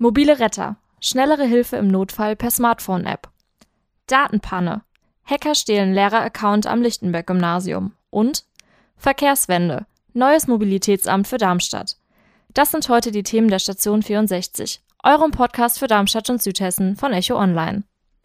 Mobile Retter. Schnellere Hilfe im Notfall per Smartphone-App. Datenpanne. Hacker stehlen Lehrer-Account am Lichtenberg-Gymnasium. Und Verkehrswende. Neues Mobilitätsamt für Darmstadt. Das sind heute die Themen der Station 64, eurem Podcast für Darmstadt und Südhessen von Echo Online.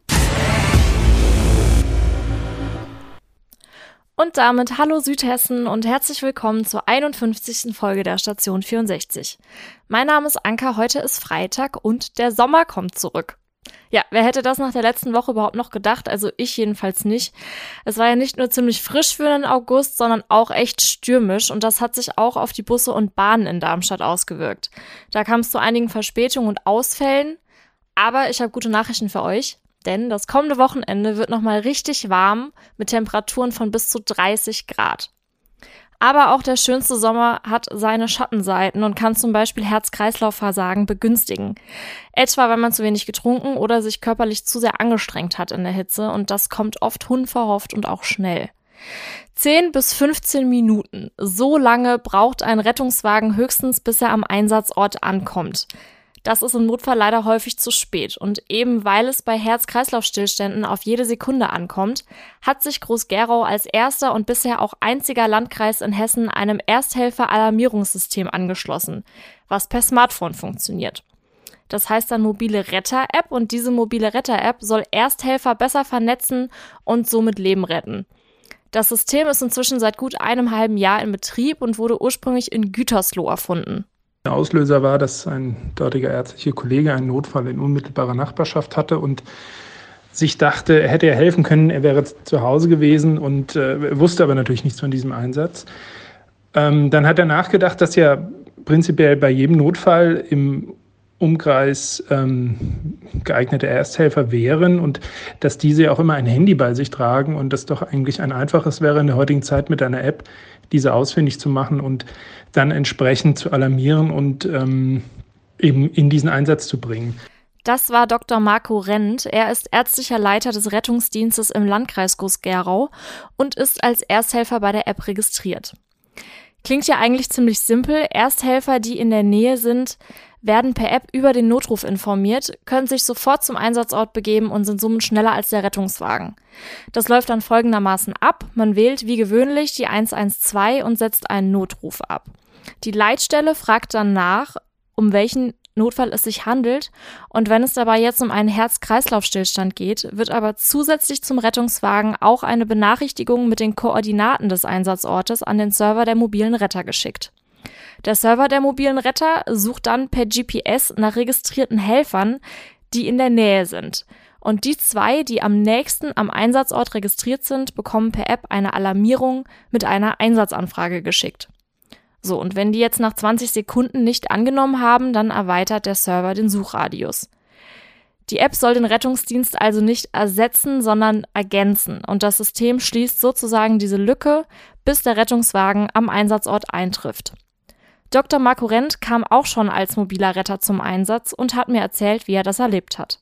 Und damit hallo Südhessen und herzlich willkommen zur 51. Folge der Station 64. Mein Name ist Anka, heute ist Freitag und der Sommer kommt zurück. Ja, wer hätte das nach der letzten Woche überhaupt noch gedacht? Also ich jedenfalls nicht. Es war ja nicht nur ziemlich frisch für den August, sondern auch echt stürmisch und das hat sich auch auf die Busse und Bahnen in Darmstadt ausgewirkt. Da kam es zu einigen Verspätungen und Ausfällen, aber ich habe gute Nachrichten für euch. Denn das kommende Wochenende wird nochmal richtig warm mit Temperaturen von bis zu 30 Grad. Aber auch der schönste Sommer hat seine Schattenseiten und kann zum Beispiel Herz-Kreislauf-Versagen begünstigen. Etwa, wenn man zu wenig getrunken oder sich körperlich zu sehr angestrengt hat in der Hitze und das kommt oft unverhofft und auch schnell. 10 bis 15 Minuten, so lange braucht ein Rettungswagen höchstens, bis er am Einsatzort ankommt. Das ist im Notfall leider häufig zu spät und eben weil es bei Herz-Kreislauf-Stillständen auf jede Sekunde ankommt, hat sich Groß-Gerau als erster und bisher auch einziger Landkreis in Hessen einem Ersthelfer-Alarmierungssystem angeschlossen, was per Smartphone funktioniert. Das heißt dann Mobile Retter-App und diese Mobile Retter-App soll Ersthelfer besser vernetzen und somit Leben retten. Das System ist inzwischen seit gut einem halben Jahr in Betrieb und wurde ursprünglich in Gütersloh erfunden. Der Auslöser war, dass ein dortiger ärztlicher Kollege einen Notfall in unmittelbarer Nachbarschaft hatte und sich dachte, er hätte ja helfen können, er wäre zu Hause gewesen und wusste aber natürlich nichts von diesem Einsatz. Dann hat er nachgedacht, dass ja prinzipiell bei jedem Notfall im Umkreis geeignete Ersthelfer wären und dass diese auch immer ein Handy bei sich tragen und das doch eigentlich ein einfaches wäre in der heutigen Zeit mit einer App, diese ausfindig zu machen und dann entsprechend zu alarmieren und eben in diesen Einsatz zu bringen. Das war Dr. Marco Rent. Er ist ärztlicher Leiter des Rettungsdienstes im Landkreis Groß-Gerau und ist als Ersthelfer bei der App registriert. Klingt ja eigentlich ziemlich simpel. Ersthelfer, die in der Nähe sind, werden per App über den Notruf informiert, können sich sofort zum Einsatzort begeben und sind somit schneller als der Rettungswagen. Das läuft dann folgendermaßen ab. Man wählt wie gewöhnlich die 112 und setzt einen Notruf ab. Die Leitstelle fragt dann nach, um welchen Notfall es sich handelt und wenn es dabei jetzt um einen Herz-Kreislauf-Stillstand geht, wird aber zusätzlich zum Rettungswagen auch eine Benachrichtigung mit den Koordinaten des Einsatzortes an den Server der mobilen Retter geschickt. Der Server der mobilen Retter sucht dann per GPS nach registrierten Helfern, die in der Nähe sind. Und die 2, die am nächsten am Einsatzort registriert sind, bekommen per App eine Alarmierung mit einer Einsatzanfrage geschickt. So, und wenn die jetzt nach 20 Sekunden nicht angenommen haben, dann erweitert der Server den Suchradius. Die App soll den Rettungsdienst also nicht ersetzen, sondern ergänzen. Und das System schließt sozusagen diese Lücke, bis der Rettungswagen am Einsatzort eintrifft. Dr. Marco Rent kam auch schon als mobiler Retter zum Einsatz und hat mir erzählt, wie er das erlebt hat.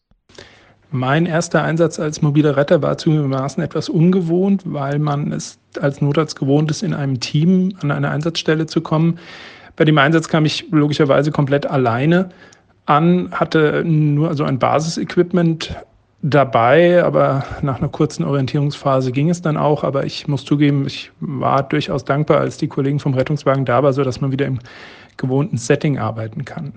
Mein erster Einsatz als mobiler Retter war zugegebenermaßen etwas ungewohnt, weil man es als Notarzt gewohnt ist, in einem Team an eine Einsatzstelle zu kommen. Bei dem Einsatz kam ich logischerweise komplett alleine an, hatte nur so ein Basisequipment dabei, aber nach einer kurzen Orientierungsphase ging es dann auch. Aber ich muss zugeben, ich war durchaus dankbar, als die Kollegen vom Rettungswagen da waren, sodass man wieder im gewohnten Setting arbeiten kann.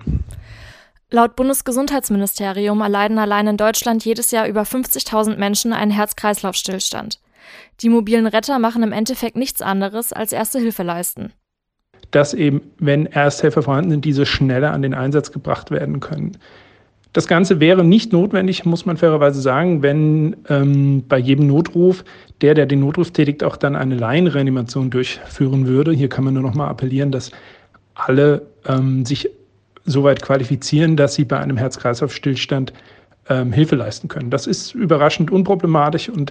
Laut Bundesgesundheitsministerium erleiden allein in Deutschland jedes Jahr über 50.000 Menschen einen Herz-Kreislauf-Stillstand. Die mobilen Retter machen im Endeffekt nichts anderes als Erste Hilfe leisten. Dass eben, wenn Ersthelfer vorhanden sind, diese schneller an den Einsatz gebracht werden können. Das Ganze wäre nicht notwendig, muss man fairerweise sagen, wenn bei jedem Notruf der den Notruf tätigt, auch dann eine Laienreanimation durchführen würde. Hier kann man nur noch mal appellieren, dass alle sich soweit qualifizieren, dass sie bei einem Herz-Kreislauf-Stillstand Hilfe leisten können. Das ist überraschend unproblematisch und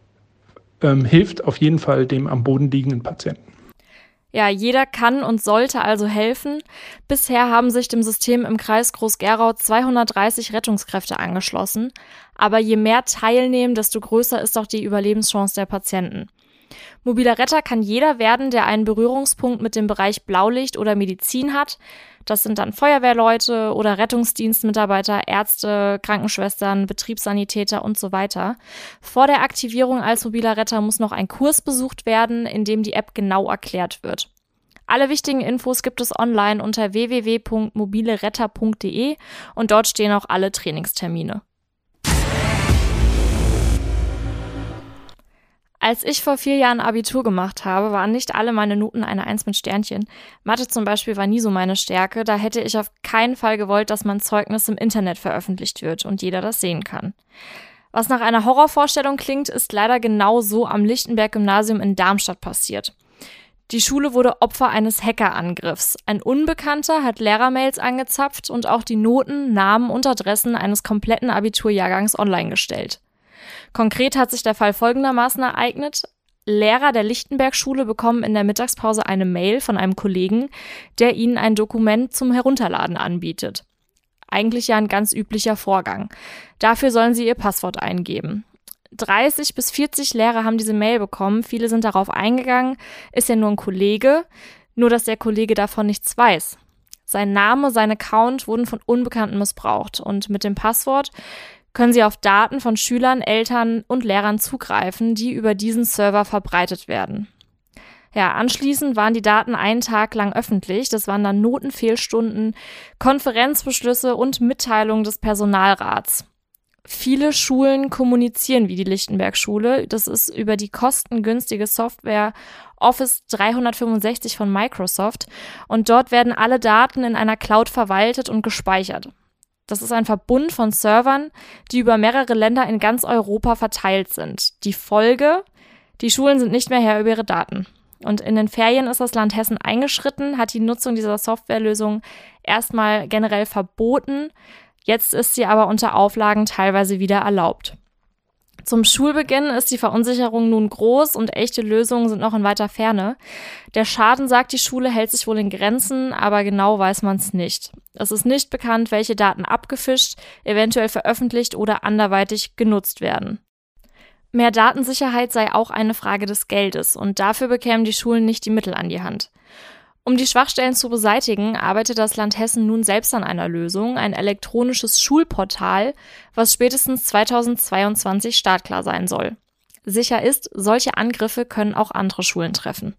hilft auf jeden Fall dem am Boden liegenden Patienten. Ja, jeder kann und sollte also helfen. Bisher haben sich dem System im Kreis Groß-Gerau 230 Rettungskräfte angeschlossen. Aber je mehr teilnehmen, desto größer ist auch die Überlebenschance der Patienten. Mobiler Retter kann jeder werden, der einen Berührungspunkt mit dem Bereich Blaulicht oder Medizin hat. Das sind dann Feuerwehrleute oder Rettungsdienstmitarbeiter, Ärzte, Krankenschwestern, Betriebssanitäter und so weiter. Vor der Aktivierung als mobiler Retter muss noch ein Kurs besucht werden, in dem die App genau erklärt wird. Alle wichtigen Infos gibt es online unter www.mobileretter.de und dort stehen auch alle Trainingstermine. Als ich vor 4 Jahren Abitur gemacht habe, waren nicht alle meine Noten eine 1 mit Sternchen. Mathe zum Beispiel war nie so meine Stärke, da hätte ich auf keinen Fall gewollt, dass mein Zeugnis im Internet veröffentlicht wird und jeder das sehen kann. Was nach einer Horrorvorstellung klingt, ist leider genau so am Lichtenberg-Gymnasium in Darmstadt passiert. Die Schule wurde Opfer eines Hackerangriffs. Ein Unbekannter hat Lehrermails angezapft und auch die Noten, Namen und Adressen eines kompletten Abiturjahrgangs online gestellt. Konkret hat sich der Fall folgendermaßen ereignet. Lehrer der Lichtenberg-Schule bekommen in der Mittagspause eine Mail von einem Kollegen, der ihnen ein Dokument zum Herunterladen anbietet. Eigentlich ja ein ganz üblicher Vorgang. Dafür sollen sie ihr Passwort eingeben. 30 bis 40 Lehrer haben diese Mail bekommen, viele sind darauf eingegangen, ist ja nur ein Kollege, nur dass der Kollege davon nichts weiß. Sein Name, sein Account wurden von Unbekannten missbraucht und mit dem Passwort können sie auf Daten von Schülern, Eltern und Lehrern zugreifen, die über diesen Server verbreitet werden. Ja, anschließend waren die Daten einen Tag lang öffentlich. Das waren dann Notenfehlstunden, Konferenzbeschlüsse und Mitteilungen des Personalrats. Viele Schulen kommunizieren wie die Lichtenberg-Schule. Das ist über die kostengünstige Software Office 365 von Microsoft. Und dort werden alle Daten in einer Cloud verwaltet und gespeichert. Das ist ein Verbund von Servern, die über mehrere Länder in ganz Europa verteilt sind. Die Folge: die Schulen sind nicht mehr Herr über ihre Daten. Und in den Ferien ist das Land Hessen eingeschritten, hat die Nutzung dieser Softwarelösung erstmal generell verboten. Jetzt ist sie aber unter Auflagen teilweise wieder erlaubt. Zum Schulbeginn ist die Verunsicherung nun groß und echte Lösungen sind noch in weiter Ferne. Der Schaden, sagt die Schule, hält sich wohl in Grenzen, aber genau weiß man es nicht. Es ist nicht bekannt, welche Daten abgefischt, eventuell veröffentlicht oder anderweitig genutzt werden. Mehr Datensicherheit sei auch eine Frage des Geldes und dafür bekämen die Schulen nicht die Mittel an die Hand. Um die Schwachstellen zu beseitigen, arbeitet das Land Hessen nun selbst an einer Lösung, ein elektronisches Schulportal, was spätestens 2022 startklar sein soll. Sicher ist, solche Angriffe können auch andere Schulen treffen.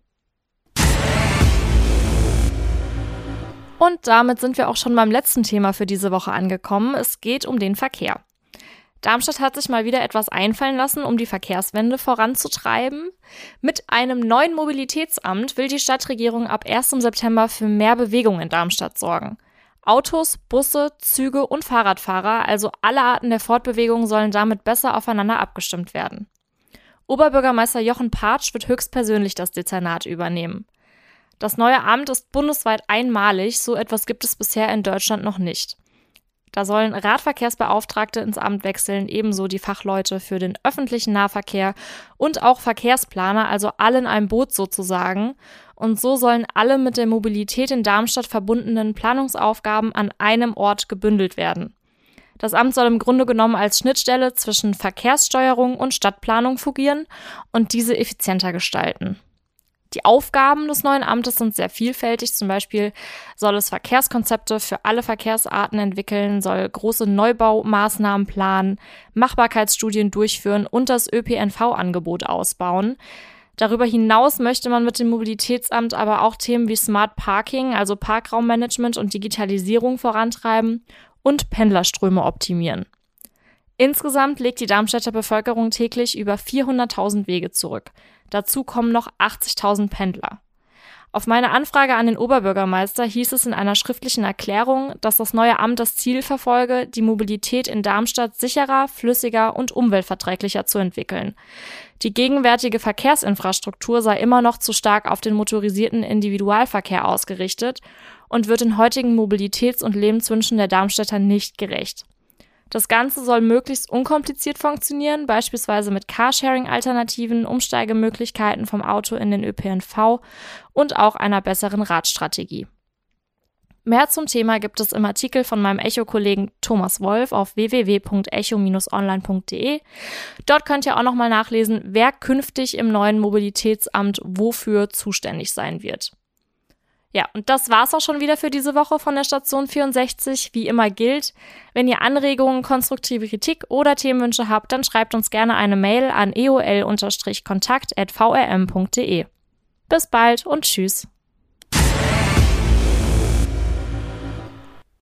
Und damit sind wir auch schon beim letzten Thema für diese Woche angekommen. Es geht um den Verkehr. Darmstadt hat sich mal wieder etwas einfallen lassen, um die Verkehrswende voranzutreiben. Mit einem neuen Mobilitätsamt will die Stadtregierung ab 1. September für mehr Bewegung in Darmstadt sorgen. Autos, Busse, Züge und Fahrradfahrer, also alle Arten der Fortbewegung, sollen damit besser aufeinander abgestimmt werden. Oberbürgermeister Jochen Partsch wird höchstpersönlich das Dezernat übernehmen. Das neue Amt ist bundesweit einmalig, so etwas gibt es bisher in Deutschland noch nicht. Da sollen Radverkehrsbeauftragte ins Amt wechseln, ebenso die Fachleute für den öffentlichen Nahverkehr und auch Verkehrsplaner, also alle in einem Boot sozusagen. Und so sollen alle mit der Mobilität in Darmstadt verbundenen Planungsaufgaben an einem Ort gebündelt werden. Das Amt soll im Grunde genommen als Schnittstelle zwischen Verkehrssteuerung und Stadtplanung fungieren und diese effizienter gestalten. Die Aufgaben des neuen Amtes sind sehr vielfältig. Zum Beispiel soll es Verkehrskonzepte für alle Verkehrsarten entwickeln, soll große Neubaumaßnahmen planen, Machbarkeitsstudien durchführen und das ÖPNV-Angebot ausbauen. Darüber hinaus möchte man mit dem Mobilitätsamt aber auch Themen wie Smart Parking, also Parkraummanagement und Digitalisierung vorantreiben und Pendlerströme optimieren. Insgesamt legt die Darmstädter Bevölkerung täglich über 400.000 Wege zurück. Dazu kommen noch 80.000 Pendler. Auf meine Anfrage an den Oberbürgermeister hieß es in einer schriftlichen Erklärung, dass das neue Amt das Ziel verfolge, die Mobilität in Darmstadt sicherer, flüssiger und umweltverträglicher zu entwickeln. Die gegenwärtige Verkehrsinfrastruktur sei immer noch zu stark auf den motorisierten Individualverkehr ausgerichtet und wird den heutigen Mobilitäts- und Lebenswünschen der Darmstädter nicht gerecht. Das Ganze soll möglichst unkompliziert funktionieren, beispielsweise mit Carsharing-Alternativen, Umsteigemöglichkeiten vom Auto in den ÖPNV und auch einer besseren Radstrategie. Mehr zum Thema gibt es im Artikel von meinem Echo-Kollegen Thomas Wolf auf www.echo-online.de. Dort könnt ihr auch nochmal nachlesen, wer künftig im neuen Mobilitätsamt wofür zuständig sein wird. Ja, und das war's auch schon wieder für diese Woche von der Station 64. Wie immer gilt, wenn ihr Anregungen, konstruktive Kritik oder Themenwünsche habt, dann schreibt uns gerne eine Mail an eol-kontakt@vrm.de. Bis bald und tschüss.